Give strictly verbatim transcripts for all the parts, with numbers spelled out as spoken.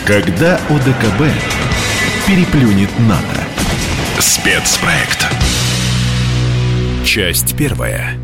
Когда ОДКБ переплюнет НАТО. Спецпроект. Часть первая.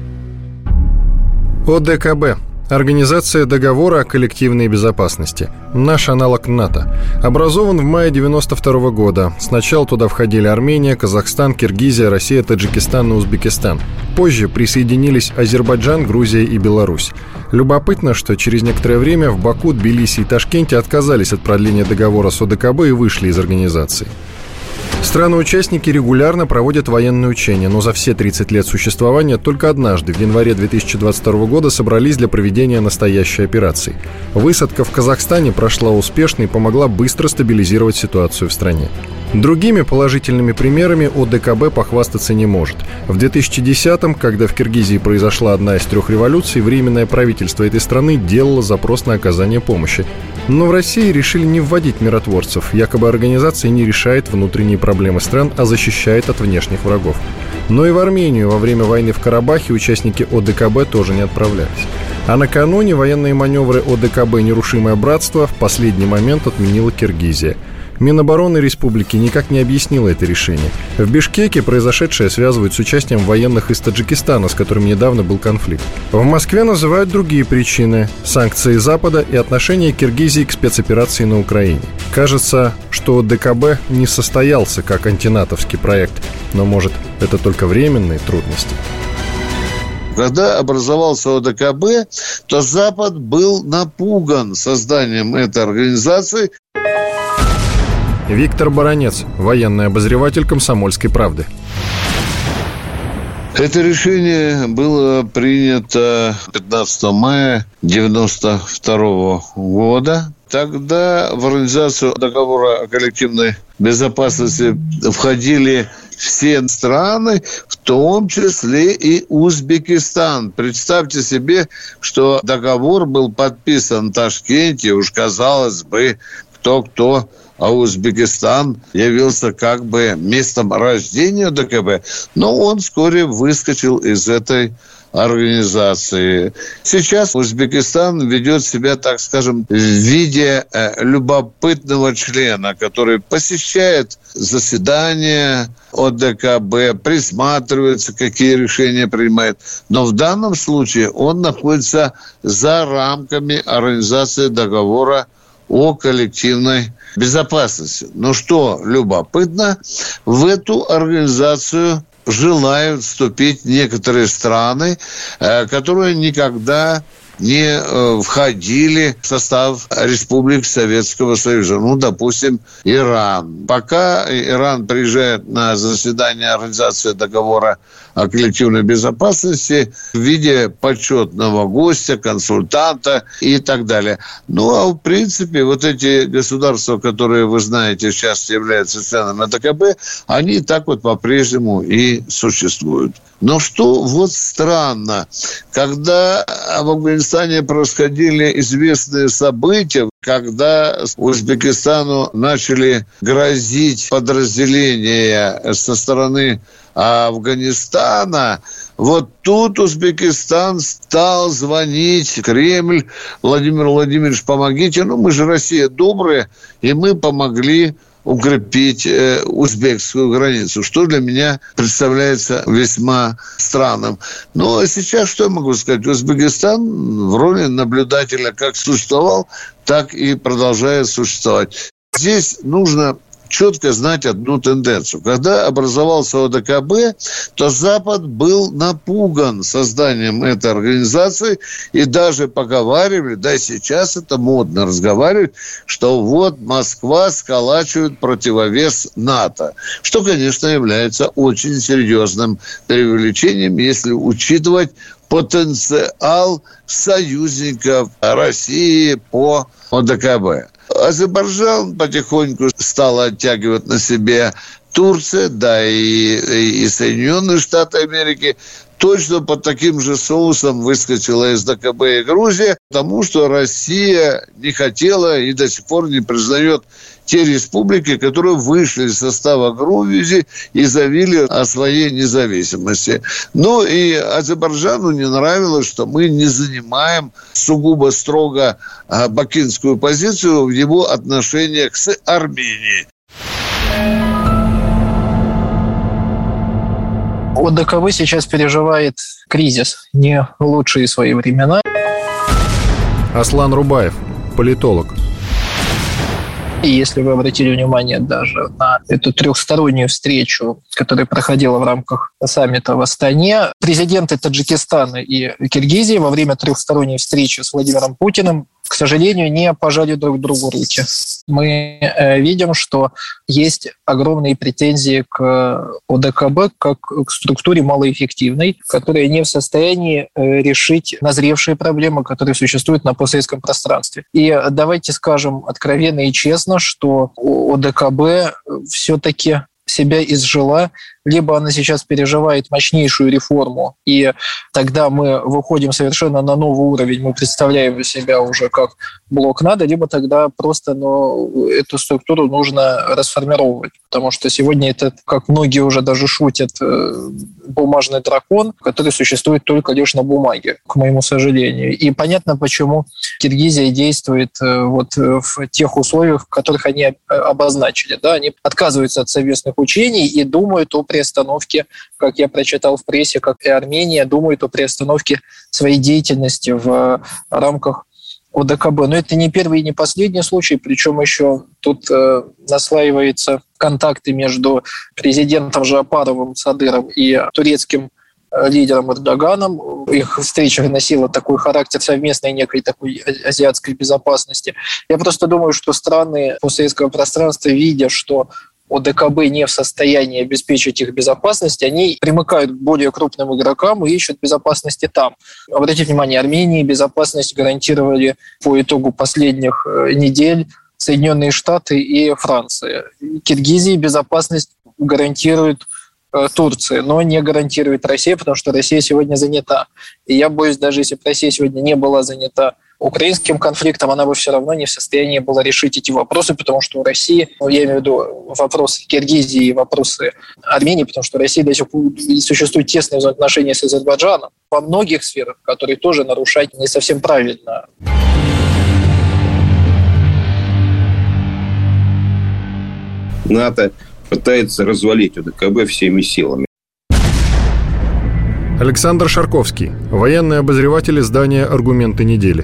ОДКБ. Организация договора о коллективной безопасности. Наш аналог НАТО. Образован в мае девяносто второго года. Сначала туда входили Армения, Казахстан, Киргизия, Россия, Таджикистан и Узбекистан. Позже присоединились Азербайджан, Грузия и Беларусь. Любопытно, что через некоторое время в Баку, Тбилиси и Ташкенте отказались от продления договора с ОДКБ и вышли из организации. Страны-участники регулярно проводят военные учения, но за все тридцать лет существования только однажды, в январе две тысячи двадцать второго года, собрались для проведения настоящей операции. Высадка в Казахстане прошла успешно и помогла быстро стабилизировать ситуацию в стране. Другими положительными примерами ОДКБ похвастаться не может. В две тысячи десятом, когда в Киргизии произошла одна из трех революций, Временное правительство этой страны делало запрос на оказание помощи. Но в России решили не вводить миротворцев. Якобы организация не решает внутренние проблемы стран, а защищает от внешних врагов. Но и в Армению во время войны в Карабахе участники ОДКБ тоже не отправлялись. А накануне военные маневры ОДКБ «Нерушимое братство» в последний момент отменила Киргизия. Минобороны республики никак не объяснило это решение. В Бишкеке произошедшее связывают с участием военных из Таджикистана, с которыми недавно был конфликт. В Москве называют другие причины – санкции Запада и отношение Киргизии к спецоперации на Украине. Кажется, что ОДКБ не состоялся как антинатовский проект, но, может, это только временные трудности. Когда образовался ОДКБ, то Запад был напуган созданием этой организации. Виктор Баранец, военный обозреватель «Комсомольской правды». Это решение было принято пятнадцатого мая девяносто второго года. Тогда в организацию договора о коллективной безопасности входили все страны, в том числе и Узбекистан. Представьте себе, что договор был подписан в Ташкенте, уж казалось бы, кто-кто, а Узбекистан явился как бы местом рождения ОДКБ, но он вскоре выскочил из этой организации. Сейчас Узбекистан ведет себя, так скажем, в виде э, любопытного члена, который посещает заседания ОДКБ, присматривается, какие решения принимает. Но в данном случае он находится за рамками организации договора о коллективной безопасности. Но что любопытно, в эту организацию желают вступить некоторые страны, которые никогда не входили в состав республик Советского Союза. Ну, допустим, Иран. Пока Иран приезжает на заседание Организации договора о коллективной безопасности в виде почетного гостя, консультанта и так далее. Ну, а в принципе, вот эти государства, которые, вы знаете, сейчас являются членами ОДКБ, они так вот по-прежнему и существуют. Но что вот странно, когда в Афганистане происходили известные события, когда Узбекистану начали грозить подразделения со стороны Афганистана, вот тут Узбекистан стал звонить в Кремль: Владимир Владимирович, помогите, ну мы же Россия добрая, и мы помогли укрепить э, узбекскую границу, что для меня представляется весьма странным. Но сейчас что я могу сказать? Узбекистан в роли наблюдателя как существовал, так и продолжает существовать. Здесь нужно четко знать одну тенденцию. Когда образовался ОДКБ, то Запад был напуган созданием этой организации и даже поговаривали, да и сейчас это модно разговаривать, что вот Москва сколачивает противовес НАТО. Что, конечно, является очень серьезным преувеличением, если учитывать потенциал союзников России по ОДКБ. Азербайджан потихоньку стал оттягивать на себе Турция, да и, и Соединенные Штаты Америки точно под таким же соусом выскочила из ДКБ и Грузия, потому что Россия не хотела и до сих пор не признает те республики, которые вышли из состава Грузии и заявили о своей независимости. Ну и Азербайджану не нравилось, что мы не занимаем сугубо строго бакинскую позицию в его отношениях с Арменией. ОДКБ сейчас переживает кризис, не лучшие свои времена. Аслан Рубаев, политолог. И если вы обратили внимание даже на эту трехстороннюю встречу, которая проходила в рамках саммита в Астане, президенты Таджикистана и Киргизии во время трехсторонней встречи с Владимиром Путиным, к сожалению, не пожали друг другу руки. Мы э, видим, что есть огромные претензии к ОДКБ как к структуре малоэффективной, которая не в состоянии э, решить назревшие проблемы, которые существуют на постсоветском пространстве. И давайте скажем откровенно и честно, что ОДКБ все-таки себя изжила, либо она сейчас переживает мощнейшую реформу, и тогда мы выходим совершенно на новый уровень, мы представляем себя уже как блок НАТО, либо тогда просто ну, эту структуру нужно расформировать, потому что сегодня это, как многие уже даже шутят, бумажный дракон, который существует только лишь на бумаге, к моему сожалению. И понятно, почему Киргизия действует вот в тех условиях, в которых они обозначили. Да? Они отказываются от совместных учений и думают о приостановке, как я прочитал в прессе, как и Армения думает о приостановке своей деятельности в рамках ОДКБ. Но это не первый и не последний случай, причем еще тут э, наслаиваются контакты между президентом Жапаровым Садыром и турецким лидером Эрдоганом. Их встреча носила такой характер совместной некой такой азиатской безопасности. Я просто думаю, что страны постсоветского пространства, видя, что ОДКБ не в состоянии обеспечить их безопасность, они примыкают к более крупным игрокам и ищут безопасности там. Обратите внимание, Армении безопасность гарантировали по итогу последних недель Соединенные Штаты и Франция. Киргизии безопасность гарантирует Турция, но не гарантирует Россия, потому что Россия сегодня занята. И я боюсь, даже если бы Россия сегодня не была занята украинским конфликтом, она бы все равно не в состоянии была решить эти вопросы, потому что у России, ну, я имею в виду вопросы Киргизии и вопросы Армении, потому что Россия до сих пор существует тесные взаимоотношения с Азербайджаном во многих сферах, которые тоже нарушать не совсем правильно. НАТО пытается развалить ОДКБ всеми силами. Александр Шарковский, военный обозреватель издания «Аргументы недели».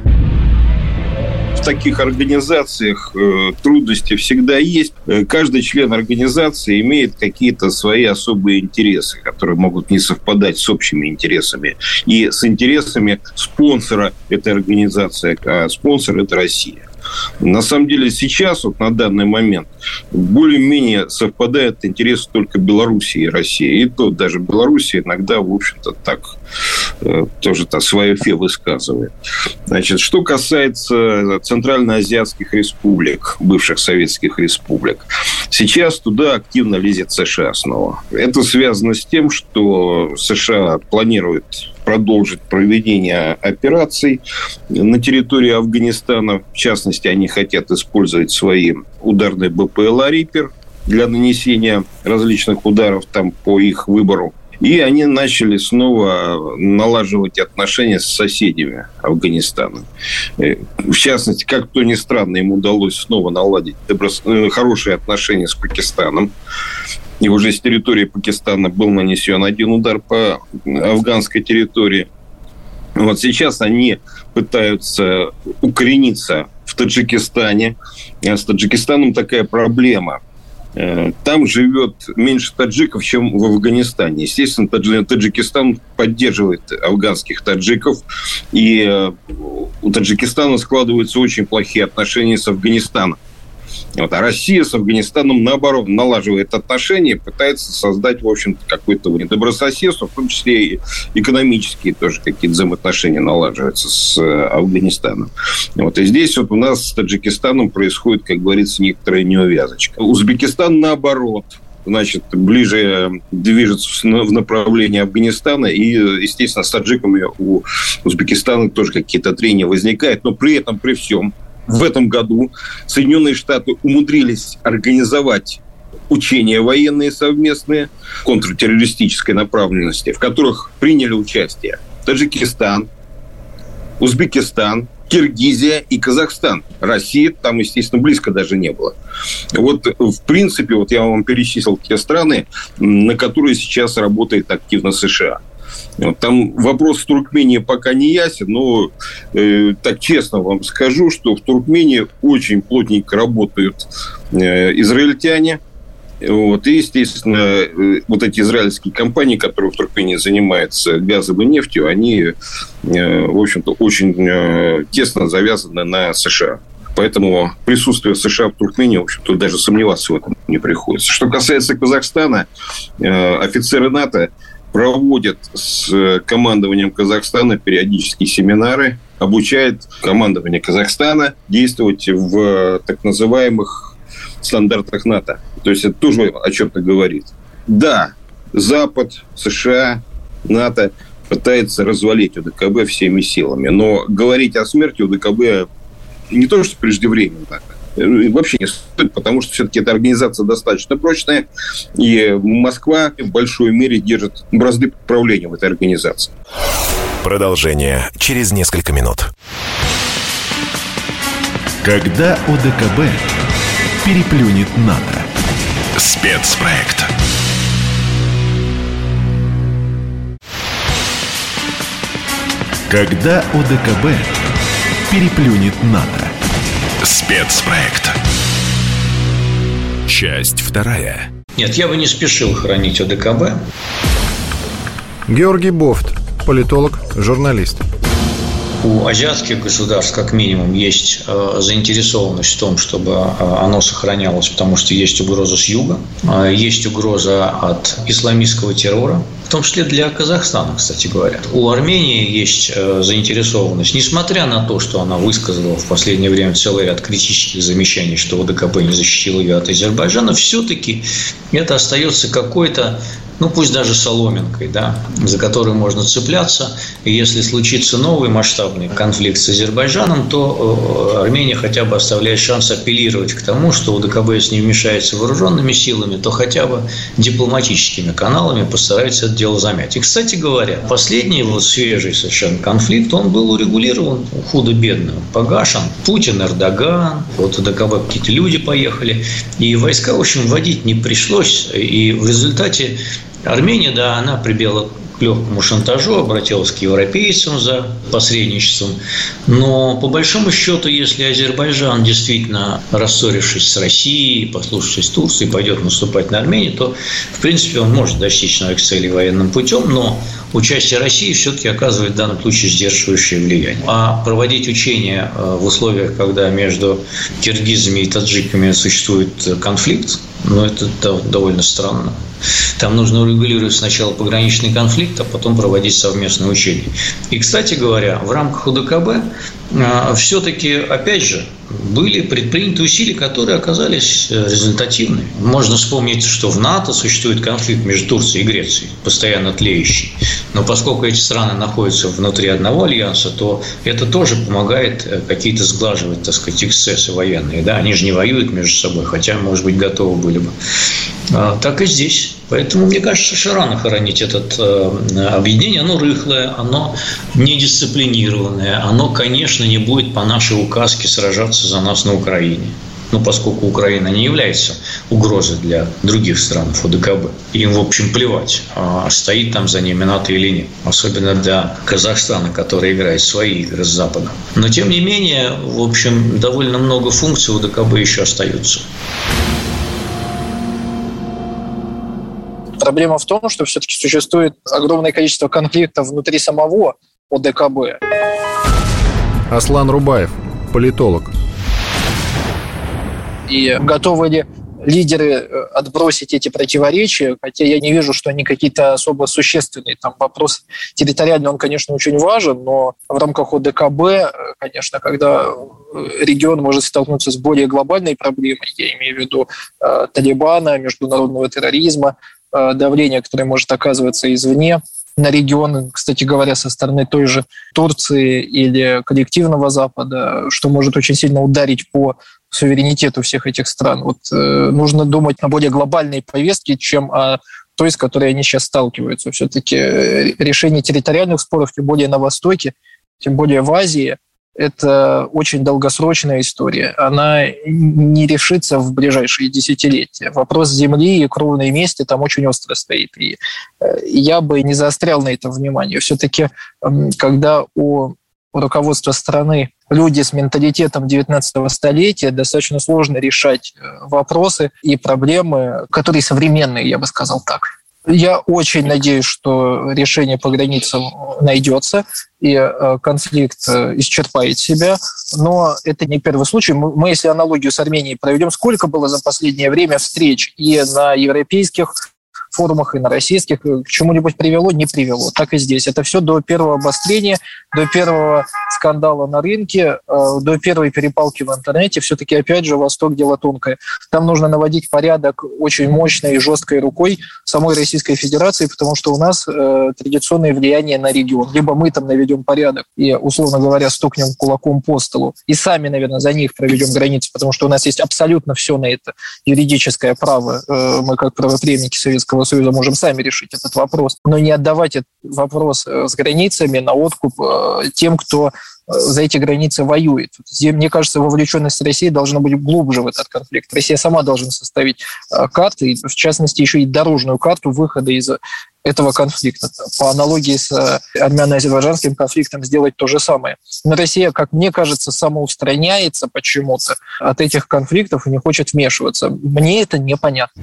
В таких организациях э, трудности всегда есть. Каждый член организации имеет какие-то свои особые интересы, которые могут не совпадать с общими интересами и с интересами спонсора этой организации, а спонсор – это Россия. На самом деле сейчас, вот на данный момент, более-менее совпадают интересы только Белоруссии и России. И то даже Белоруссия иногда, в общем-то, так э, тоже так свое фе высказывает. Значит, что касается центральноазиатских республик, бывших советских республик, сейчас туда активно лезет США снова. Это связано с тем, что США планирует продолжить проведение операций на территории Афганистана. В частности, они хотят использовать свои ударные БПЛА «Риппер» для нанесения различных ударов там по их выбору. И они начали снова налаживать отношения с соседями Афганистана. В частности, как то ни странно, им удалось снова наладить хорошие отношения с Пакистаном. И уже с территории Пакистана был нанесен один удар по афганской территории. Вот сейчас они пытаются укорениться в Таджикистане. С Таджикистаном такая проблема. Там живет меньше таджиков, чем в Афганистане. Естественно, Таджикистан поддерживает афганских таджиков. И у Таджикистана складываются очень плохие отношения с Афганистаном. Вот. А Россия с Афганистаном, наоборот, налаживает отношения, пытается создать, в общем-то, какое-то добрососедство, в том числе и экономические тоже какие-то взаимоотношения налаживаются с Афганистаном. Вот. И здесь вот у нас с Таджикистаном происходит, как говорится, некоторая неувязочка. Узбекистан, наоборот, значит, ближе движется в направлении Афганистана, и, естественно, с таджиками у Узбекистана тоже какие-то трения возникают, но при этом, при всем, в этом году Соединенные Штаты умудрились организовать учения военные совместные контртеррористической направленности, в которых приняли участие Таджикистан, Узбекистан, Киргизия и Казахстан. России там, естественно, близко даже не было. Вот, в принципе, вот я вам перечислил те страны, на которые сейчас работает активно США. Там вопрос в Туркмении пока не ясен, но э, так честно вам скажу, что в Туркмении очень плотненько работают э, израильтяне. Вот, и, естественно, вот эти израильские компании, которые в Туркмении занимаются газовой нефтью, они, в общем-то, очень тесно завязаны на США. Поэтому присутствие США в Туркмении, в общем-то, даже сомневаться в этом не приходится. Что касается Казахстана, офицеры НАТО проводят с командованием Казахстана периодические семинары, обучают командование Казахстана действовать в так называемых стандартах НАТО. То есть это тоже о чем-то говорит. Да, Запад, США, НАТО пытается развалить ОДКБ всеми силами, но говорить о смерти ОДКБ не то, что преждевременно, вообще не стоит, потому что все-таки эта организация достаточно прочная, и Москва в большой мере держит бразды правления в этой организации. Продолжение через несколько минут. Когда ОДКБ переплюнет НАТО. Спецпроект. Когда ОДКБ переплюнет НАТО. Спецпроект. Часть вторая. Нет, я бы не спешил хранить ОДКБ. Георгий Бофт, политолог, журналист. У азиатских государств, как минимум, есть э, заинтересованность в том, чтобы э, оно сохранялось, потому что есть угроза с юга, э, есть угроза от исламистского террора, в том числе для Казахстана, кстати говоря. У Армении есть э, заинтересованность, несмотря на то, что она высказала в последнее время целый ряд критических замечаний, что ОДКБ не защитил ее от Азербайджана, все-таки это остается какой-то, ну пусть даже соломинкой, да, за которую можно цепляться. И если случится новый масштабный конфликт с Азербайджаном, то Армения хотя бы оставляет шанс апеллировать к тому, что ОДКБ, если не вмешается вооруженными силами, то хотя бы дипломатическими каналами постарается это дело замять. И, кстати говоря, последний вот свежий совершенно конфликт, он был урегулирован худо-бедно, погашен. Путин, Эрдоган, вот ОДКБ какие-то люди поехали, и войска, в общем, вводить не пришлось. И в результате Армения, да, она прибегла к легкому шантажу, обратилась к европейцам за посредничеством. Но, по большому счету, если Азербайджан действительно, рассорившись с Россией, послушавшись Турции, пойдет наступать на Армению, то, в принципе, он может достичь своих целей военным путем, но участие России все-таки оказывает в данном случае сдерживающее влияние. А проводить учения в условиях, когда между киргизами и таджиками существует конфликт, ну, это довольно странно. Там нужно урегулировать сначала пограничный конфликт, а потом проводить совместные учения. И, кстати говоря, в рамках ОДКБ все-таки, опять же, были предприняты усилия, которые оказались результативными. Можно вспомнить, что в НАТО существует конфликт между Турцией и Грецией, постоянно тлеющий. Но поскольку эти страны находятся внутри одного альянса, то это тоже помогает какие-то сглаживать, так сказать, эксцессы военные. Да? Они же не воюют между собой, хотя, может быть, готовы были бы. Так и здесь. Поэтому, мне кажется, что рано хоронить это э, объединение. Оно рыхлое, оно недисциплинированное. Оно, конечно, не будет по нашей указке сражаться за нас на Украине. Ну, поскольку Украина не является угрозой для других стран ОДКБ. Им, в общем, плевать, а стоит там за ними НАТО или нет. Особенно для Казахстана, который играет свои игры с Западом. Но, тем не менее, в общем, довольно много функций ОДКБ еще остается. Проблема в том, что все-таки существует огромное количество конфликтов внутри самого ОДКБ. Аслан Рубаев, политолог. И готовы ли лидеры отбросить эти противоречия, хотя я не вижу, что они какие-то особо существенные. Там вопрос территориальный, он, конечно, очень важен, но в рамках ОДКБ, конечно, когда регион может столкнуться с более глобальной проблемой, я имею в виду э, Талибана, международного терроризма, э, давление, которое может оказываться извне на регион, кстати говоря, со стороны той же Турции или коллективного Запада, что может очень сильно ударить по суверенитету всех этих стран. Вот э, нужно думать о более глобальной повестке, чем о той, с которой они сейчас сталкиваются. Все-таки решение территориальных споров, тем более на Востоке, тем более в Азии, это очень долгосрочная история. Она не решится в ближайшие десятилетия. Вопрос земли и кровной мести там очень остро стоит. И я бы не заострял на это внимание. Все-таки, когда у руководства страны люди с менталитетом девятнадцатого столетия, достаточно сложно решать вопросы и проблемы, которые современные, я бы сказал так. Я очень надеюсь, что решение по границам найдется, и конфликт исчерпает себя. Но это не первый случай. Мы, если аналогию с Арменией проведем, сколько было за последнее время встреч и на европейских форумах, и на российских, к чему-нибудь привело? Не привело. Так и здесь. Это все до первого обострения, до первого скандала на рынке, до первой перепалки в интернете. Все-таки, опять же, Восток – дело тонкое. Там нужно наводить порядок очень мощной и жесткой рукой самой Российской Федерации, потому что у нас э, традиционное влияние на регион. Либо мы там наведем порядок и, условно говоря, стукнем кулаком по столу, и сами, наверное, за них проведем границы, потому что у нас есть абсолютно все на это юридическое право. Э, мы, как правопреемники Советского Союза, можем сами решить этот вопрос. Но не отдавать этот вопрос с границами на откуп э, тем, кто за эти границы воюет. Мне кажется, вовлеченность России должна быть глубже в этот конфликт. Россия сама должна составить карты, в частности, еще и дорожную карту выхода из этого конфликта. По аналогии с армяно-азербайджанским конфликтом сделать то же самое. Но Россия, как мне кажется, самоустраняется почему-то от этих конфликтов и не хочет вмешиваться. Мне это непонятно.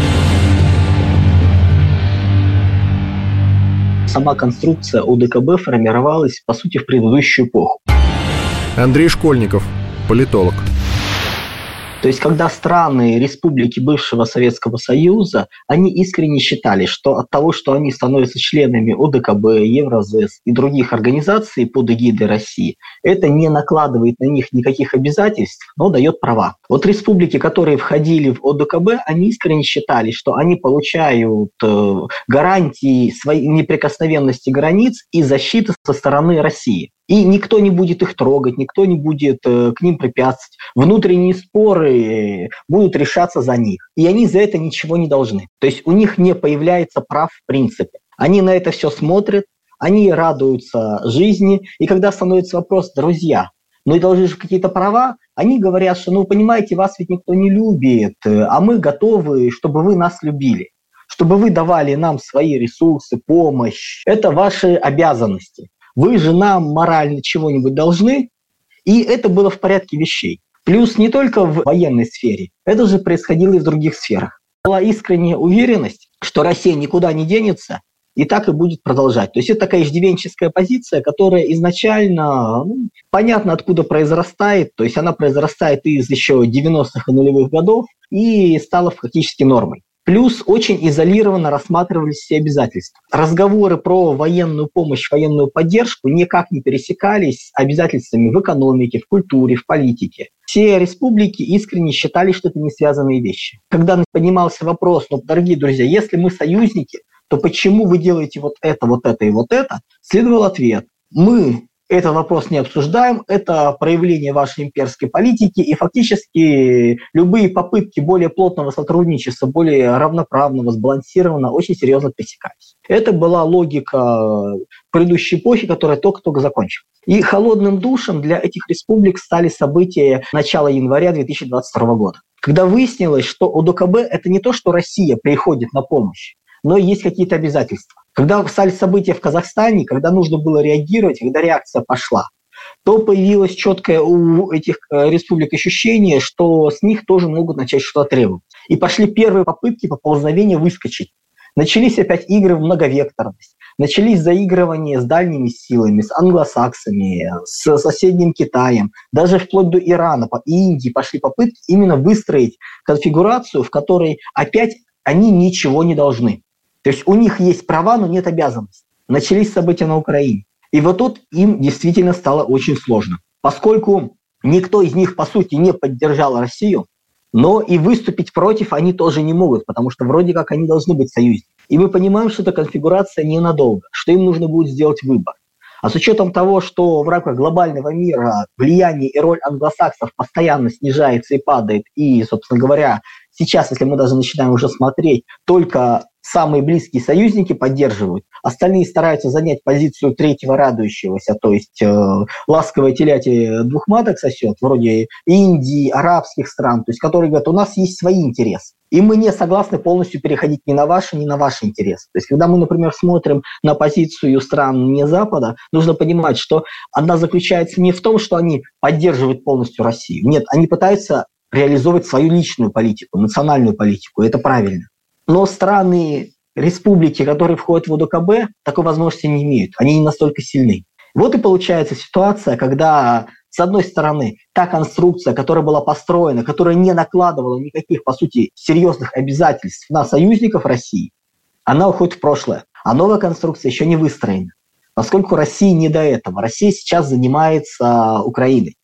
Сама конструкция ОДКБ формировалась, по сути, в предыдущую эпоху. Андрей Школьников, политолог. То есть, когда страны, республики бывшего Советского Союза, они искренне считали, что от того, что они становятся членами ОДКБ, Евразэс и других организаций под эгидой России, это не накладывает на них никаких обязательств, но дает права. Вот республики, которые входили в ОДКБ, они искренне считали, что они получают э, гарантии своей неприкосновенности границ и защиты со стороны России. И никто не будет их трогать, никто не будет э, к ним препятствовать. Внутренние споры будут решаться за них. И они за это ничего не должны. То есть у них не появляется прав в принципе. Они на это все смотрят, они радуются жизни. И когда становится вопрос, друзья, ну и должны же какие-то права, они говорят, что, ну, понимаете, вас ведь никто не любит, а мы готовы, чтобы вы нас любили, чтобы вы давали нам свои ресурсы, помощь. Это ваши обязанности. Вы же нам морально чего-нибудь должны, и это было в порядке вещей. Плюс не только в военной сфере, это же происходило и в других сферах. Была искренняя уверенность, что Россия никуда не денется, и так и будет продолжать. То есть это такая иждивенческая позиция, которая изначально, ну, понятно, откуда произрастает, то есть она произрастает из еще девяностых и нулевых годов и стала фактически нормой. Плюс очень изолированно рассматривались все обязательства. Разговоры про военную помощь, военную поддержку никак не пересекались с обязательствами в экономике, в культуре, в политике. Все республики искренне считали, что это не связанные вещи. Когда поднимался вопрос, ну, дорогие друзья, если мы союзники, то почему вы делаете вот это, вот это и вот это? Следовал ответ. Мы этот вопрос не обсуждаем, это проявление вашей имперской политики, и фактически любые попытки более плотного сотрудничества, более равноправного, сбалансированного, очень серьезно пресекались. Это была логика предыдущей эпохи, которая только-только закончилась. И холодным душем для этих республик стали события начала января две тысячи двадцать второго года, когда выяснилось, что ОДКБ – это не то, что Россия приходит на помощь, но есть какие-то обязательства. Когда стали события в Казахстане, когда нужно было реагировать, когда реакция пошла, то появилось четкое у этих республик ощущение, что с них тоже могут начать что-то требовать. И пошли первые попытки поползновения выскочить. Начались опять игры в многовекторность. начались заигрывания с дальними силами, с англосаксами, с соседним Китаем, даже вплоть до Ирана и Индии пошли попытки именно выстроить конфигурацию, в которой опять они ничего не должны. То есть у них есть права, но нет обязанностей. Начались события на Украине. И вот тут им действительно стало очень сложно. Поскольку никто из них, по сути, не поддержал Россию, но и выступить против они тоже не могут, потому что вроде как они должны быть союзниками. И мы понимаем, что эта конфигурация ненадолго, что им нужно будет сделать выбор. А с учетом того, что в рамках глобального мира влияние и роль англосаксов постоянно снижается и падает, и, собственно говоря, сейчас, если мы даже начинаем уже смотреть, только самые близкие союзники поддерживают, остальные стараются занять позицию третьего радующегося, то есть э, ласковое телятие двух маток сосет, вроде Индии, арабских стран, то есть которые говорят, у нас есть свои интересы. И мы не согласны полностью переходить ни на ваши, ни на ваши интересы. То есть когда мы, например, смотрим на позицию стран не Запада, нужно понимать, что она заключается не в том, что они поддерживают полностью Россию. Нет, они пытаются реализовывать свою личную политику, национальную политику, и это правильно. Но страны, республики, которые входят в ОДКБ, такой возможности не имеют. Они не настолько сильны. Вот и получается ситуация, когда, с одной стороны, та конструкция, которая была построена, которая не накладывала никаких, по сути, серьезных обязательств на союзников России, она уходит в прошлое. А новая конструкция еще не выстроена. Поскольку России не до этого. Россия сейчас занимается Украиной.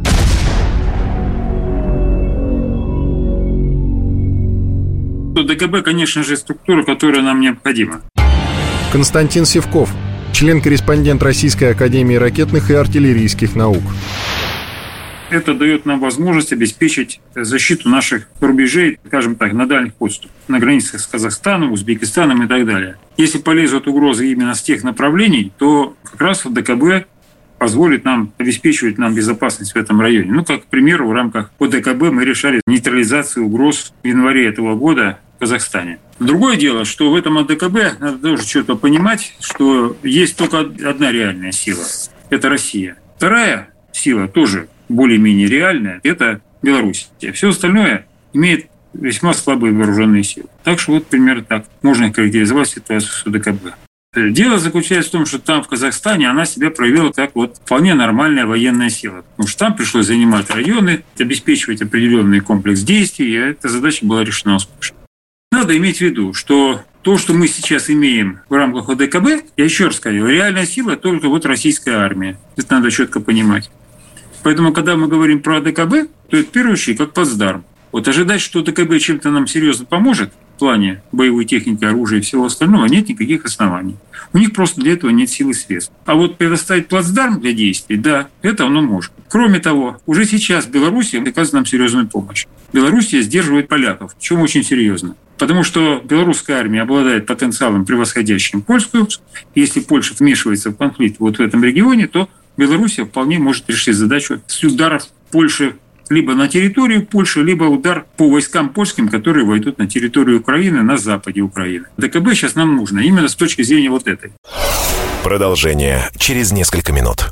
ОДКБ, конечно же, структура, которая нам необходима. Константин Сивков, член-корреспондент Российской академии ракетных и артиллерийских наук. Это дает нам возможность обеспечить защиту наших рубежей, скажем так, на дальних подступах, на границах с Казахстаном, Узбекистаном и так далее. Если полезут угрозы именно с тех направлений, то как раз ОДКБ позволит нам обеспечивать нам безопасность в этом районе. Ну, как, к примеру, в рамках ОДКБ мы решали нейтрализацию угроз в январе этого года в Казахстане. Другое дело, что в этом ОДКБ надо тоже что-то понимать, что есть только одна реальная сила – это Россия. Вторая сила, тоже более-менее реальная, это Беларусь. Все остальное имеет весьма слабые вооруженные силы. Так что вот примерно так можно характеризовать ситуацию с ОДКБ. Дело заключается в том, что там, в Казахстане, она себя проявила как вот вполне нормальная военная сила. Потому что там пришлось занимать районы, обеспечивать определенный комплекс действий, и эта задача была решена успешно. Надо иметь в виду, что то, что мы сейчас имеем в рамках ОДКБ, я еще раз сказал, реальная сила только вот российская армия. Это надо четко понимать. Поэтому, когда мы говорим про ОДКБ, то это в первую очередь как плацдарм. Вот ожидать, что ОДКБ чем-то нам серьезно поможет в плане боевой техники, оружия и всего остального, нет никаких оснований. У них просто для этого нет сил и средств. А вот предоставить плацдарм для действий, да, это оно может. Кроме того, уже сейчас Белоруссия оказывает нам серьезную помощь. Белоруссия сдерживает поляков, причем очень серьезно. Потому что белорусская армия обладает потенциалом, превосходящим польскую. Если Польша вмешивается в конфликт вот в этом регионе, то Белоруссия вполне может решить задачу с ударов Польши либо на территорию Польши, либо удар по войскам польским, которые войдут на территорию Украины, на западе Украины. ОДКБ сейчас нам нужно, именно с точки зрения вот этой. Продолжение через несколько минут.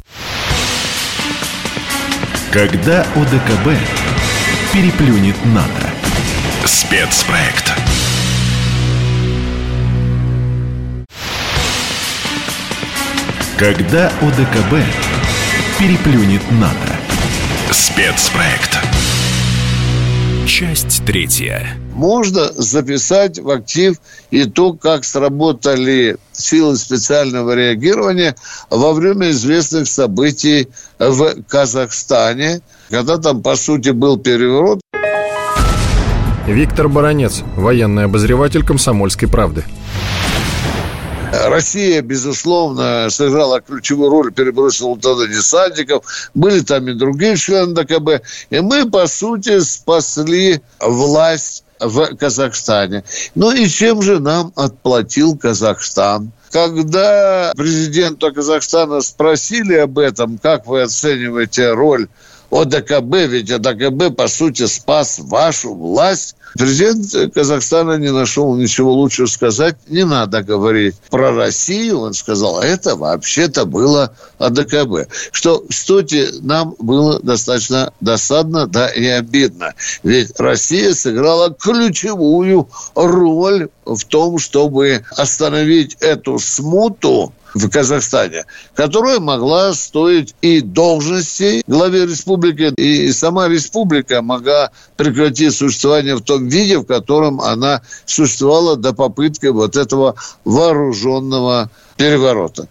Когда ОДКБ переплюнет НАТО. Спецпроект. Когда ОДКБ переплюнет НАТО. Спецпроект. Часть третья. Можно записать в актив и то, как сработали силы специального реагирования во время известных событий в Казахстане, когда там, по сути, был переворот. Виктор Баранец, военный обозреватель «Комсомольской правды». Россия, безусловно, сыграла ключевую роль, перебросила туда десантников. Были там и другие члены ОДКБ. И мы, по сути, спасли власть в Казахстане. Ну и чем же нам отплатил Казахстан? Когда президента Казахстана спросили об этом, как вы оцениваете роль ОДКБ, ведь ОДКБ, по сути, спас вашу власть. Президент Казахстана не нашел ничего лучше сказать. Не надо говорить про Россию, он сказал, это вообще-то было ОДКБ. Что, кстати, нам было достаточно досадно, да и обидно. Ведь Россия сыграла ключевую роль в том, чтобы остановить эту смуту в Казахстане, которая могла стоить и должности главе республики, и сама республика могла прекратить существование в том виде, в котором она существовала до попытки вот этого вооруженного переворота.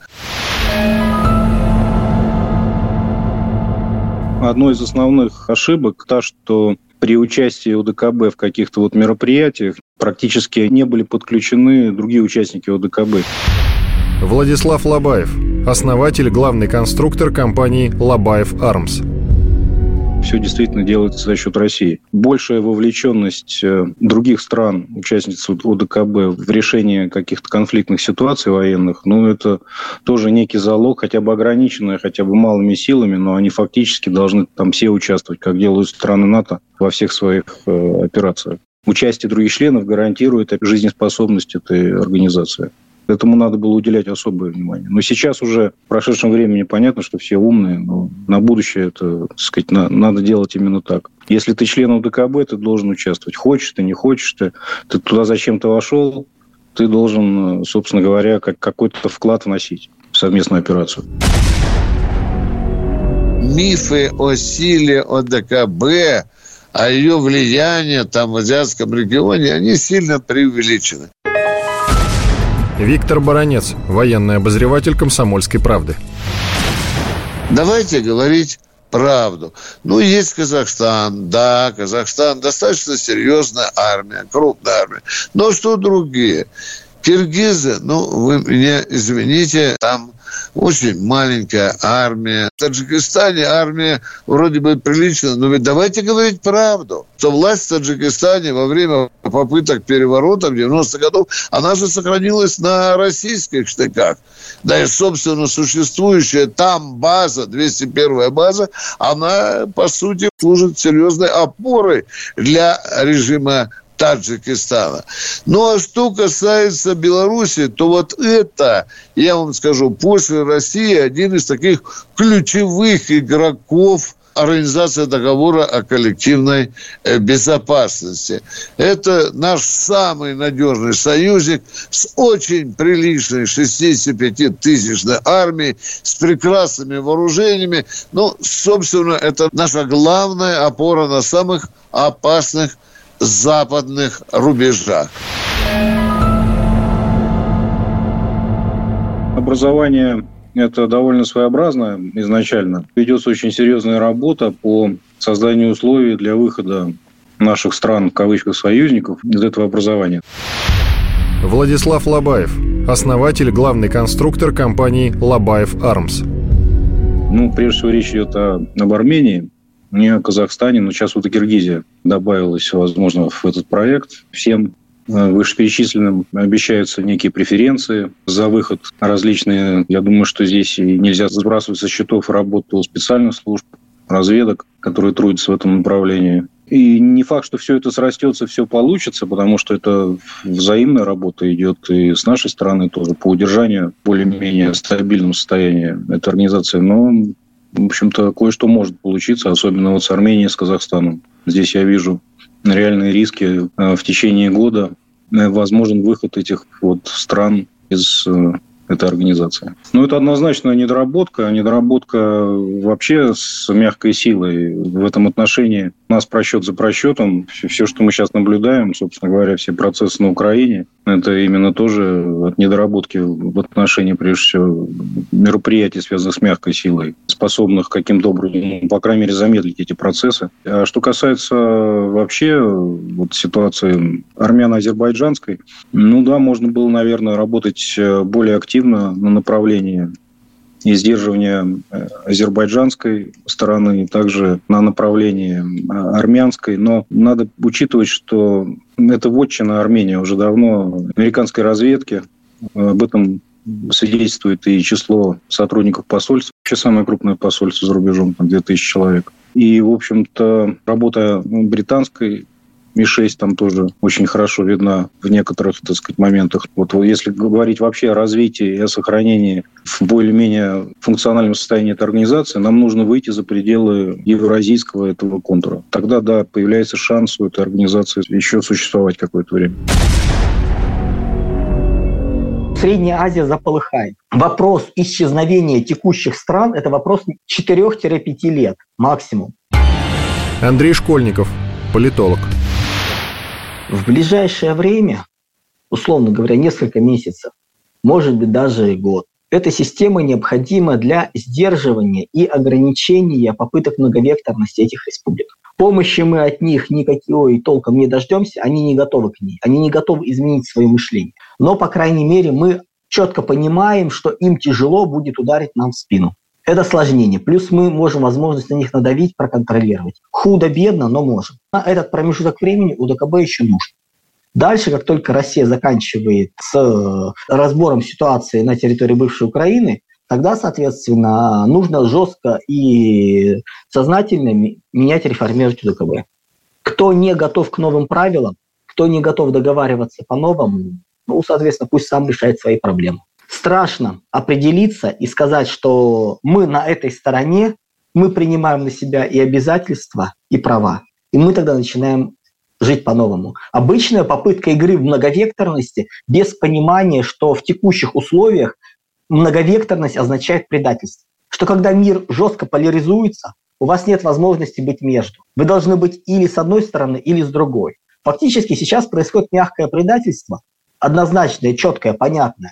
Одной из основных ошибок та, что при участии ОДКБ в каких-то вот мероприятиях практически не были подключены другие участники ОДКБ. Владислав Лобаев, основатель, главный конструктор компании «Лобаев Армс». Все действительно делается за счет России. Большая вовлеченность других стран, участниц ОДКБ, в решение каких-то конфликтных ситуаций военных, ну, это тоже некий залог, хотя бы ограниченный, хотя бы малыми силами, но они фактически должны там все участвовать, как делают страны НАТО во всех своих э, операциях. Участие других членов гарантирует жизнеспособность этой организации. Этому надо было уделять особое внимание. Но сейчас уже в прошедшем времени понятно, что все умные, но на будущее это, так сказать, на, надо делать именно так. Если ты член ОДКБ, ты должен участвовать. Хочешь ты, не хочешь ты, ты туда зачем-то вошел, ты должен, собственно говоря, как, какой-то вклад вносить в совместную операцию. Мифы о силе ОДКБ, о ее влиянии там в азиатском регионе, они сильно преувеличены. Виктор Баранец, военный обозреватель «Комсомольской правды». Давайте говорить правду. Ну, есть Казахстан, да, Казахстан достаточно серьезная армия, крупная армия. Но что другие? Киргизы, ну, вы меня извините, там очень маленькая армия. В Таджикистане армия вроде бы приличная, но ведь давайте говорить правду, что власть в Таджикистане во время попыток переворота в девяностых годах, она же сохранилась на российских штыках. Да и, собственно, существующая там база, двести первая база, она, по сути, служит серьезной опорой для режима Таджикистана. Ну, а что касается Беларуси, то вот это, я вам скажу, после России один из таких ключевых игроков Организации договора о коллективной безопасности. Это наш самый надежный союзник с очень приличной шестидесятипятитысячной армией, с прекрасными вооружениями. Ну, собственно, это наша главная опора на самых опасных западных рубежах. Образование – это довольно своеобразно изначально. Ведется очень серьезная работа по созданию условий для выхода наших стран, в кавычках, союзников из этого образования. Владислав Лобаев, основатель, главный конструктор компании «Лобаев Армс». Ну, прежде всего, речь идет о, об Армении, не о Казахстане, но сейчас вот и Киргизия добавилась, возможно, в этот проект. Всем вышеперечисленным обещаются некие преференции за выход различные. Я думаю, что здесь нельзя сбрасывать со счетов работу специальных служб, разведок, которые трудятся в этом направлении. И не факт, что все это срастется, все получится, потому что это взаимная работа идет и с нашей стороны тоже по удержанию более-менее стабильного состояния этой организации. Но, в общем-то, кое-что может получиться, особенно вот с Арменией, с Казахстаном. Здесь я вижу реальные риски. В течение года возможен выход этих вот стран из этой организации. Но это однозначно недоработка. Недоработка вообще с мягкой силой. В этом отношении у нас просчет за просчетом. Все, что мы сейчас наблюдаем, собственно говоря, все процессы на Украине, это именно тоже от недоработки в отношении, прежде всего, мероприятий, связанных с мягкой силой, способных каким-то образом, по крайней мере, замедлить эти процессы. А что касается вообще вот ситуации армяно-азербайджанской, ну да, можно было, наверное, работать более активно на направлении и сдерживания азербайджанской стороны, и также на направлении армянской. Но надо учитывать, что это вотчина Армении уже давно американской разведки. Об этом свидетельствует и число сотрудников посольств. Вообще самое крупное посольство за рубежом, там две тысячи человек. И, в общем-то, работа британской Ми шесть там тоже очень хорошо видна в некоторых, так сказать, моментах. Вот если говорить вообще о развитии и о сохранении в более-менее функциональном состоянии этой организации, нам нужно выйти за пределы евразийского этого контура. Тогда, да, появляется шанс у этой организации еще существовать какое-то время. Средняя Азия заполыхает. Вопрос исчезновения текущих стран – это вопрос четырех-пяти лет максимум. Андрей Школьников, политолог. В ближайшее время, условно говоря, несколько месяцев, может быть, даже год, эта система необходима для сдерживания и ограничения попыток многовекторности этих республик. Помощи мы от них никакой толком не дождемся, они не готовы к ней, они не готовы изменить свое мышление. Но, по крайней мере, мы четко понимаем, что им тяжело будет ударить нам в спину. Это осложнение. Плюс мы можем возможность на них надавить, проконтролировать. Худо-бедно, но можем. На этот промежуток времени УДКБ еще нужен. Дальше, как только Россия заканчивает с разбором ситуации на территории бывшей Украины, тогда, соответственно, нужно жестко и сознательно менять и реформировать УДКБ. Кто не готов к новым правилам, кто не готов договариваться по-новому, ну, соответственно, пусть сам решает свои проблемы. Страшно определиться и сказать, что мы на этой стороне, мы принимаем на себя и обязательства, и права. И мы тогда начинаем жить по-новому. Обычная попытка игры в многовекторности без понимания, что в текущих условиях многовекторность означает предательство. Что когда мир жестко поляризуется, у вас нет возможности быть между. Вы должны быть или с одной стороны, или с другой. Фактически сейчас происходит мягкое предательство, однозначное, четкое, понятное,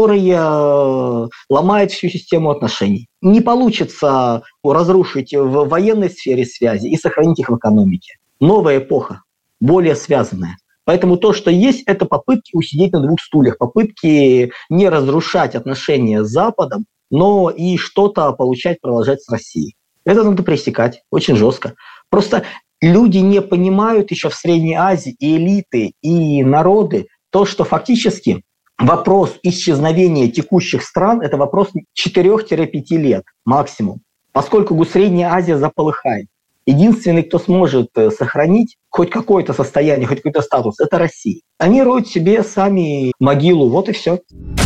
которое ломает всю систему отношений. Не получится разрушить в военной сфере связи и сохранить их в экономике. Новая эпоха, более связанная. Поэтому то, что есть, это попытки усидеть на двух стульях, попытки не разрушать отношения с Западом, но и что-то получать, продолжать с Россией. Это надо пресекать очень жестко. Просто люди не понимают еще в Средней Азии, и элиты, и народы, то, что фактически вопрос исчезновения текущих стран – это вопрос четырех-пяти лет максимум, поскольку Средняя Азия заполыхает. Единственный, кто сможет сохранить хоть какое-то состояние, хоть какой-то статус – это Россия. Они роют себе сами могилу, вот и все.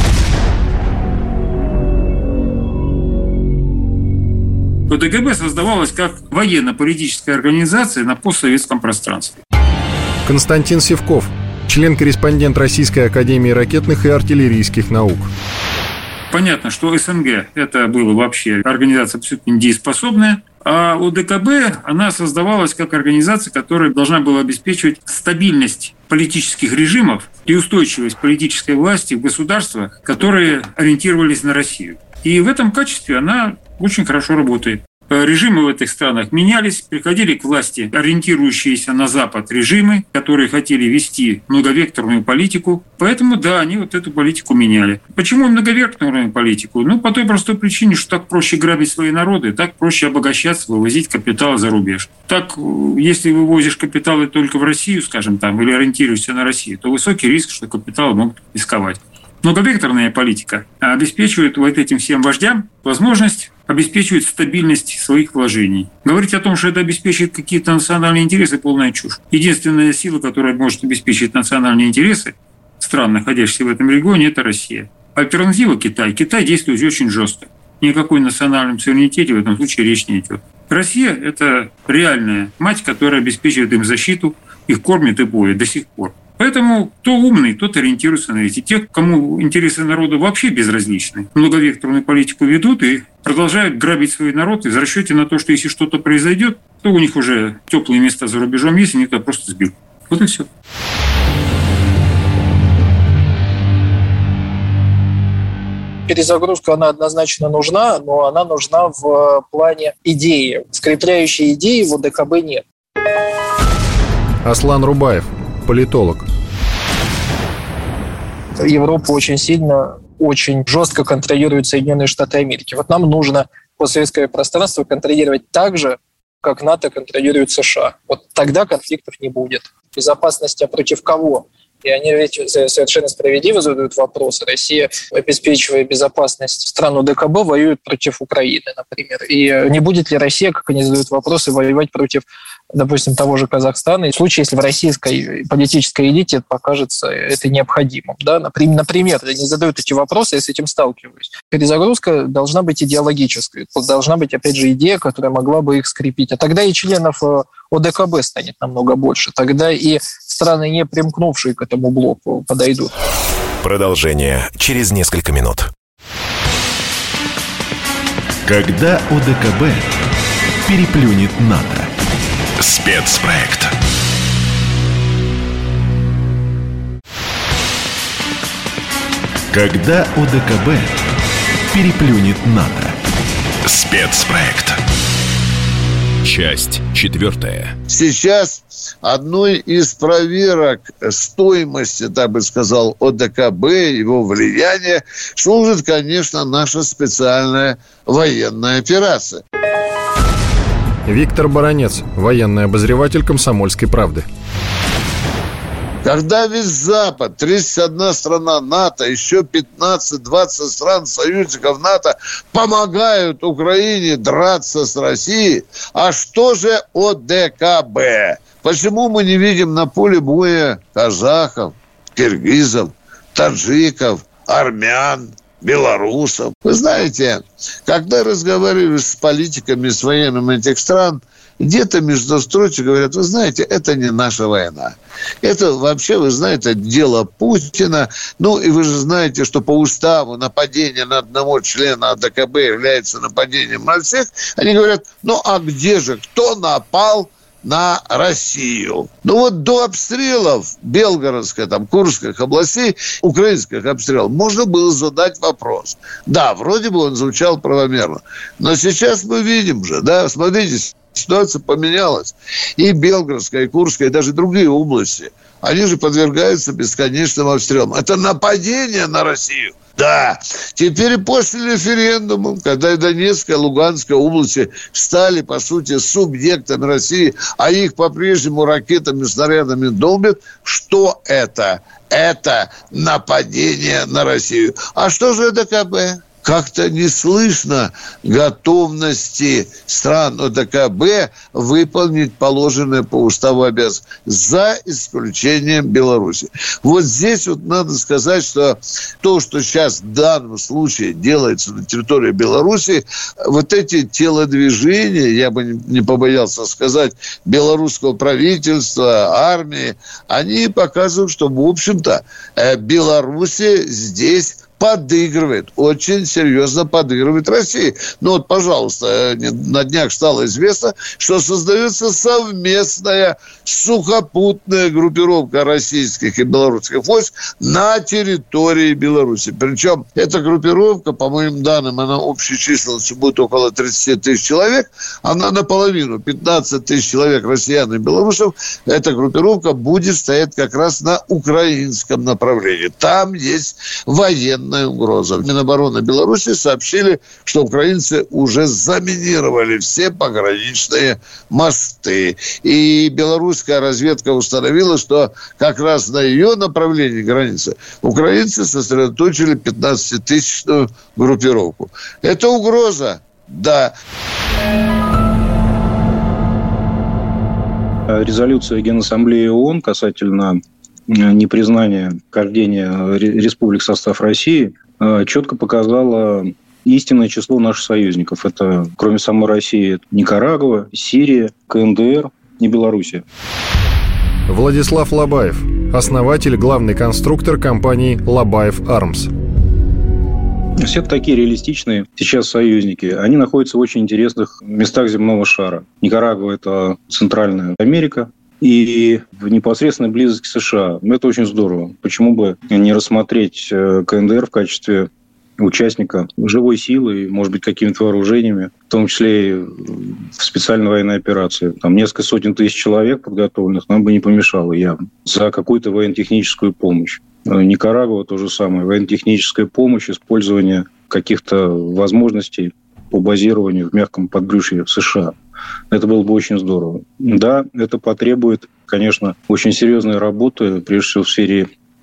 УДКБ создавалась как военно-политическая организация на постсоветском пространстве. Константин Сивков, член-корреспондент Российской академии ракетных и артиллерийских наук. Понятно, что СНГ – это была вообще организация абсолютно недееспособная, а УДКБ, она создавалась как организация, которая должна была обеспечивать стабильность политических режимов и устойчивость политической власти в государствах, которые ориентировались на Россию. И в этом качестве она очень хорошо работает. Режимы в этих странах менялись, приходили к власти ориентирующиеся на Запад режимы, которые хотели вести многовекторную политику. Поэтому, да, они вот эту политику меняли. Почему многовекторную политику? Ну, по той простой причине, что так проще грабить свои народы, так проще обогащаться, вывозить капитал за рубеж. Так, если вывозишь капиталы только в Россию, скажем, там, или ориентируешься на Россию, то высокий риск, что капиталы могут рисковать. Многовекторная политика обеспечивает вот этим всем вождям возможность обеспечивать стабильность своих вложений. Говорить о том, что это обеспечивает какие-то национальные интересы, полная чушь. Единственная сила, которая может обеспечить национальные интересы стран, находящихся в этом регионе, это Россия. Альтернатива – Китай. Китай действует очень жестко. Ни о какой национальном суверенитете в этом случае речь не идет. Россия – это реальная мать, которая обеспечивает им защиту, их кормит и поет до сих пор. Поэтому кто умный, тот ориентируется на эти. Те, кому интересы народа вообще безразличны, многовекторную политику ведут и продолжают грабить свой народ из расчета на то, что если что-то произойдет, то у них уже теплые места за рубежом есть, они туда просто сбегут. Вот и все. Перезагрузка, она однозначно нужна, но она нужна в плане идеи. Скрепляющей идеи в УДКБ нет. Аслан Рубаев, политолог. Европа очень сильно, очень жестко контролирует Соединенные Штаты Америки. Вот нам нужно постсоветское пространство контролировать так же, как НАТО контролирует США. Вот тогда конфликтов не будет. Безопасность, а против кого? И они ведь совершенно справедливо задают вопрос. Россия, обеспечивая безопасность стран ОДКБ, воюет против Украины, например. И не будет ли Россия, как они задают вопросы, воевать против, допустим, того же Казахстана, в случае, если в российской политической элите это покажется это необходимым. Да? Например, они задают эти вопросы, я с этим сталкиваюсь. Перезагрузка должна быть идеологической. Должна быть, опять же, идея, которая могла бы их скрепить. А тогда и членов ОДКБ станет намного больше. Тогда и страны, не примкнувшие к этому блоку, подойдут. Продолжение через несколько минут. Когда ОДКБ переплюнет НАТО. Спецпроект. Когда ОДКБ переплюнет НАТО. Спецпроект. Часть четвертая. Сейчас одной из проверок стоимости, так бы сказал, ОДКБ, его влияния, служит, конечно, наша специальная военная операция. Виктор Баранец, военный обозреватель «Комсомольской правды». Когда весь Запад, тридцать одна страна НАТО, еще пятнадцать-двадцать стран союзников НАТО помогают Украине драться с Россией, а что же ОДКБ? Почему мы не видим на поле боя казахов, киргизов, таджиков, армян, белорусов? Вы знаете, когда разговариваю с политиками, с военными этих стран, где-то между строчек говорят, вы знаете, это не наша война. Это вообще, вы знаете, дело Путина. Ну, и вы же знаете, что по уставу нападение на одного члена ОДКБ является нападением на всех. Они говорят, ну, а где же, кто напал на Россию? Ну, вот до обстрелов Белгородской, там, Курских областей, украинских обстрелов, можно было задать вопрос. Да, вроде бы он звучал правомерно. Но сейчас мы видим же, да, смотрите, ситуация поменялась. И Белгородская, и Курская, и даже другие области, они же подвергаются бесконечным обстрелам. Это нападение на Россию. Да. Теперь после референдума, когда и Донецкая, и Луганская области стали, по сути, субъектами России, а их по-прежнему ракетами, снарядами долбят, что это? Это нападение на Россию. А что же ОДКБ? Как-то не слышно готовности стран ОДКБ выполнить положенные по уставу обязанности, за исключением Беларуси. Вот здесь вот надо сказать, что то, что сейчас в данном случае делается на территории Беларуси, вот эти телодвижения, я бы не побоялся сказать, белорусского правительства, армии, они показывают, что, в общем-то, Беларусь здесь подыгрывает, очень серьезно подыгрывает России. Ну вот, пожалуйста, на днях стало известно, что создается совместная сухопутная группировка российских и белорусских войск на территории Беларуси. Причем эта группировка, по моим данным, она общей численностью будет около тридцать тысяч человек. Она наполовину, пятнадцать тысяч человек россиян и белорусов. Эта группировка будет стоять как раз на украинском направлении. Там есть военные угроза. Минобороны Беларуси сообщили, что украинцы уже заминировали все пограничные мосты. И белорусская разведка установила, что как раз на ее направлении границы украинцы сосредоточили пятнадцатитысячную группировку. Это угроза? Да. Резолюция Генассамблеи ООН касательно непризнание вхождения республик в состав России четко показало истинное число наших союзников. Это, кроме самой России, Никарагуа, Сирия, КНДР и Белоруссия. Владислав Лобаев, основатель, главный конструктор компании «Лобаев Армс». Все такие реалистичные сейчас союзники. Они находятся в очень интересных местах земного шара. Никарагуа – это Центральная Америка, и в непосредственной близости к США. Это очень здорово. Почему бы не рассмотреть КНДР в качестве участника живой силы, может быть, какими-то вооружениями, в том числе и в специальной военной операции. Там несколько сотен тысяч человек подготовленных нам бы не помешало явно за какую-то военно-техническую помощь. Никарагуа то же самое. Военно-техническая помощь, использование каких-то возможностей по базированию в мягком подбрюшье США. Это было бы очень здорово. Да, это потребует, конечно, очень серьезной работы, прежде всего в сфере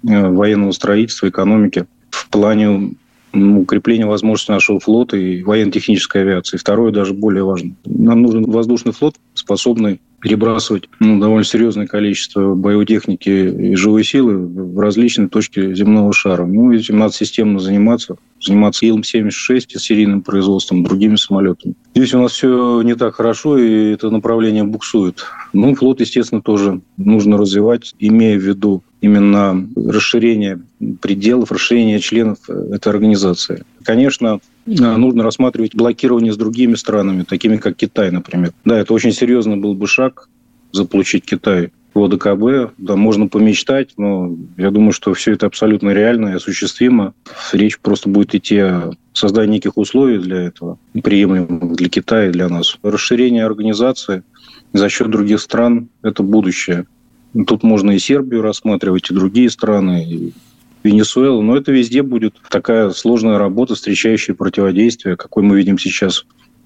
военного строительства, экономики в плане укрепления возможностей нашего флота и военно-технической авиации. Второе, даже более важно. Нам нужен воздушный флот, способный перебрасывать ну, довольно серьезное количество боевой техники и живой силы в различные точки земного шара. Ну, этим надо системно заниматься. Заниматься Ил семьдесят шесть, серийным производством, другими самолетами. Здесь у нас все не так хорошо, и это направление буксует. Ну, флот, естественно, тоже нужно развивать, имея в виду именно расширение пределов, расширение членов этой организации. Конечно, нужно рассматривать блокирование с другими странами, такими как Китай, например. Да, это очень серьезный был бы шаг заполучить Китай в ОДКБ. Да, можно помечтать, но я думаю, что все это абсолютно реально и осуществимо. Речь просто будет идти о создании неких условий для этого, приемлемых для Китая и для нас. Расширение организации за счет других стран – это будущее. Тут можно и Сербию рассматривать, и другие страны, и Венесуэлу, но это везде будет такая сложная работа, встречающая противодействие, какой мы видим сейчас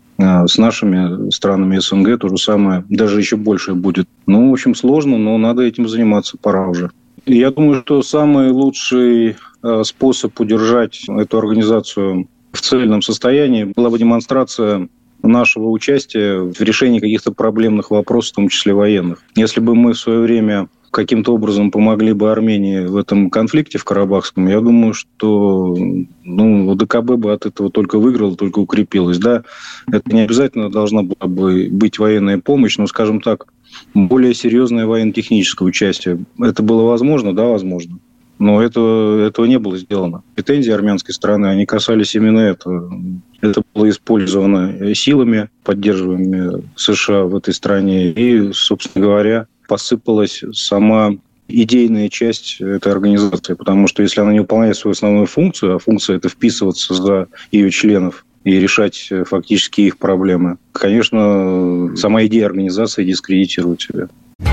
с нашими странами СНГ, то же самое, даже еще больше будет. Ну, в общем, сложно, но надо этим заниматься, пора уже. И я думаю, что самый лучший способ удержать эту организацию в цельном состоянии была бы демонстрация нашего участия в решении каких-то проблемных вопросов, в том числе военных. Если бы мы в свое время каким-то образом помогли бы Армении в этом конфликте в Карабахском, я думаю, что ну, ОДКБ бы от этого только выиграл, только укрепилась. Да, это не обязательно должна была бы быть военная помощь, но, скажем так, более серьезное военно-техническое участие. Это было возможно? Да, возможно. Но этого, этого не было сделано. Претензии армянской стороны, они касались именно этого. Это было использовано силами, поддерживаемыми США в этой стране. И, собственно говоря, посыпалась сама идейная часть этой организации. Потому что если она не выполняет свою основную функцию, а функция – это вписываться за ее членов и решать фактически их проблемы, конечно, сама идея организации дискредитирует себя.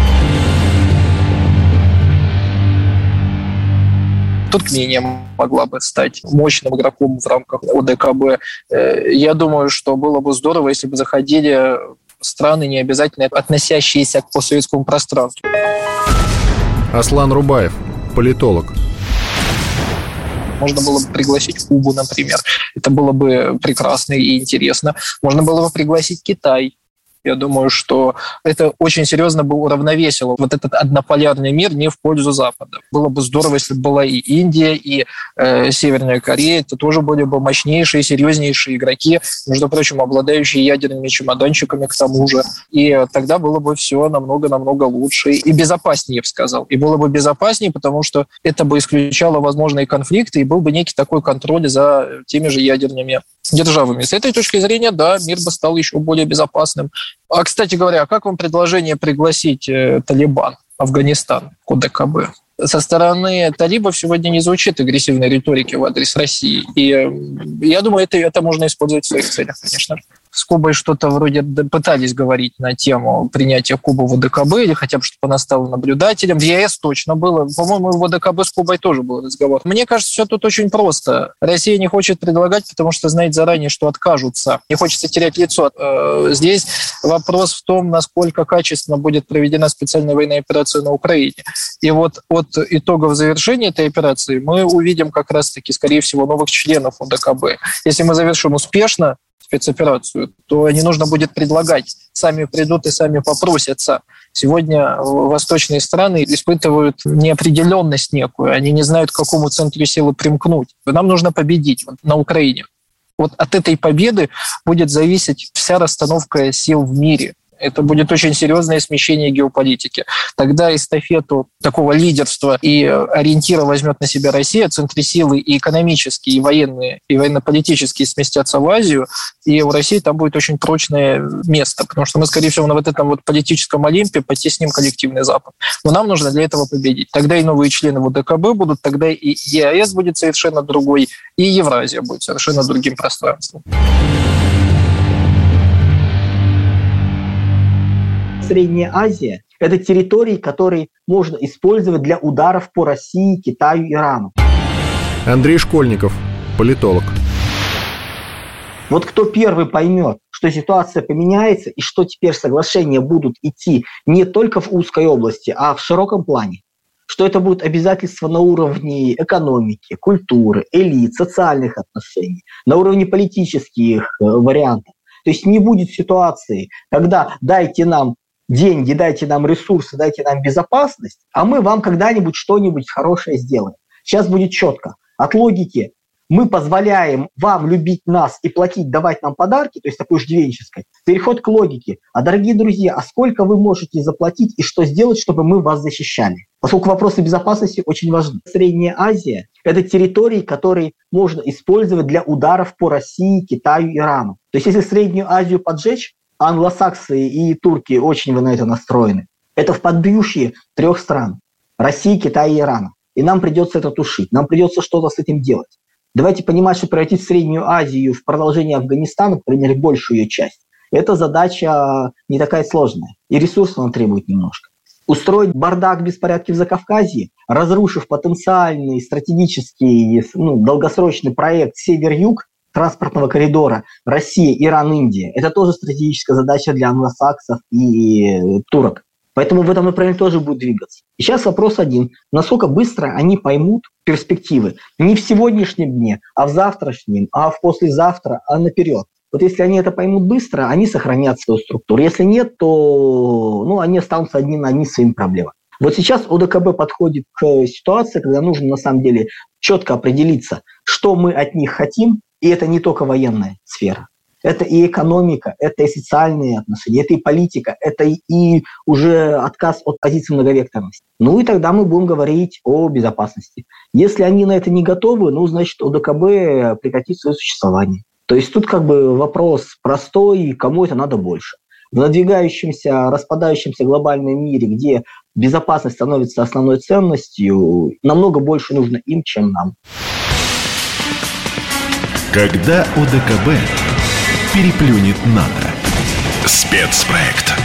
Туркмения могла бы стать мощным игроком в рамках ОДКБ. Я думаю, что было бы здорово, если бы заходили страны, не обязательно относящиеся к постсоветскому пространству. Аслан Рубаев, политолог. Можно было бы пригласить Кубу, например. Это было бы прекрасно и интересно. Можно было бы пригласить Китай. Я думаю, что это очень серьезно бы уравновесило вот этот однополярный мир не в пользу Запада. Было бы здорово, если бы была и Индия, и э, Северная Корея. Это тоже были бы мощнейшие, серьезнейшие игроки, между прочим, обладающие ядерными чемоданчиками к тому же. И тогда было бы все намного-намного лучше и безопаснее, я бы сказал. И было бы безопаснее, потому что это бы исключало возможные конфликты, и был бы некий такой контроль за теми же ядерными державами. С этой точки зрения, да, мир бы стал еще более безопасным. А, кстати говоря, как вам предложение пригласить э, Талибан, Афганистан к ОДКБ? Со стороны талибов сегодня не звучит агрессивной риторики в адрес России. И э, я думаю, это, это можно использовать в своих целях, конечно. С Кубой что-то вроде пытались говорить на тему принятия Кубы в ОДКБ, или хотя бы, чтобы она стала наблюдателем. В ЕС точно было. По-моему, в ОДКБ с Кубой тоже был разговор. Мне кажется, все тут очень просто. Россия не хочет предлагать, потому что знает заранее, что откажутся. Не хочется терять лицо. Здесь вопрос в том, насколько качественно будет проведена специальная военная операция на Украине. И вот от итогов завершения этой операции мы увидим как раз-таки, скорее всего, новых членов ОДКБ. Если мы завершим успешно спецоперацию, то не нужно будет предлагать. Сами придут и сами попросятся. Сегодня восточные страны испытывают неопределенность некую. Они не знают, к какому центру силы примкнуть. Нам нужно победить на Украине. Вот от этой победы будет зависеть вся расстановка сил в мире. Это будет очень серьезное смещение геополитики. Тогда эстафету такого лидерства и ориентира возьмет на себя Россия, центры силы и экономические, и военные, и военно-политические сместятся в Азию, и в России там будет очень прочное место, потому что мы, скорее всего, на вот этом вот политическом Олимпе потесним коллективный Запад. Но нам нужно для этого победить. Тогда и новые члены ВДКБ будут, тогда и ЕАЭС будет совершенно другой, и Евразия будет совершенно другим пространством. Средняя Азия – это территории, которые можно использовать для ударов по России, Китаю, Ирану. Андрей Школьников, политолог. Вот кто первый поймет, что ситуация поменяется и что теперь соглашения будут идти не только в узкой области, а в широком плане, что это будут обязательства на уровне экономики, культуры, элит, социальных отношений, на уровне политических э, вариантов. То есть не будет ситуации, когда дайте нам деньги, дайте нам ресурсы, дайте нам безопасность, а мы вам когда-нибудь что-нибудь хорошее сделаем. Сейчас будет четко. От логики мы позволяем вам любить нас и платить, давать нам подарки, то есть такой иждивенческой, переход к логике. А, дорогие друзья, а сколько вы можете заплатить и что сделать, чтобы мы вас защищали? Поскольку вопросы безопасности очень важны. Средняя Азия – это территории, которые можно использовать для ударов по России, Китаю, Ирану. То есть если Среднюю Азию поджечь, англосаксы и турки очень вы на это настроены. Это в подбрюшье трех стран – России, Китая и Ирана. И нам придется это тушить, нам придется что-то с этим делать. Давайте понимать, что превратить Среднюю Азию в продолжение Афганистана, по крайней мере, большую ее часть, это задача не такая сложная. И ресурсов она требует немножко. Устроить бардак, беспорядки в Закавказье, разрушив потенциальный стратегический, ну, долгосрочный проект Север-Юг транспортного коридора Россия, Иран, Индия, это тоже стратегическая задача для англосаксов и турок. Поэтому в этом направлении тоже будет двигаться. И сейчас вопрос один. Насколько быстро они поймут перспективы? Не в сегодняшнем дне, а в завтрашнем, а в послезавтра, а наперед. Вот если они это поймут быстро, они сохранят свою структуру. Если нет, то ну, они останутся одни на одни с своими проблемами. Вот сейчас ОДКБ подходит к ситуации, когда нужно на самом деле четко определиться, что мы от них хотим, и это не только военная сфера. Это и экономика, это и социальные отношения, это и политика, это и уже отказ от позиции многовекторности. Ну и тогда мы будем говорить о безопасности. Если они на это не готовы, ну, значит, ОДКБ прекратит свое существование. То есть тут как бы вопрос простой, кому это надо больше. В надвигающемся, распадающемся глобальном мире, где безопасность становится основной ценностью, намного больше нужно им, чем нам. Когда ОДКБ переплюнет НАТО. Спецпроект.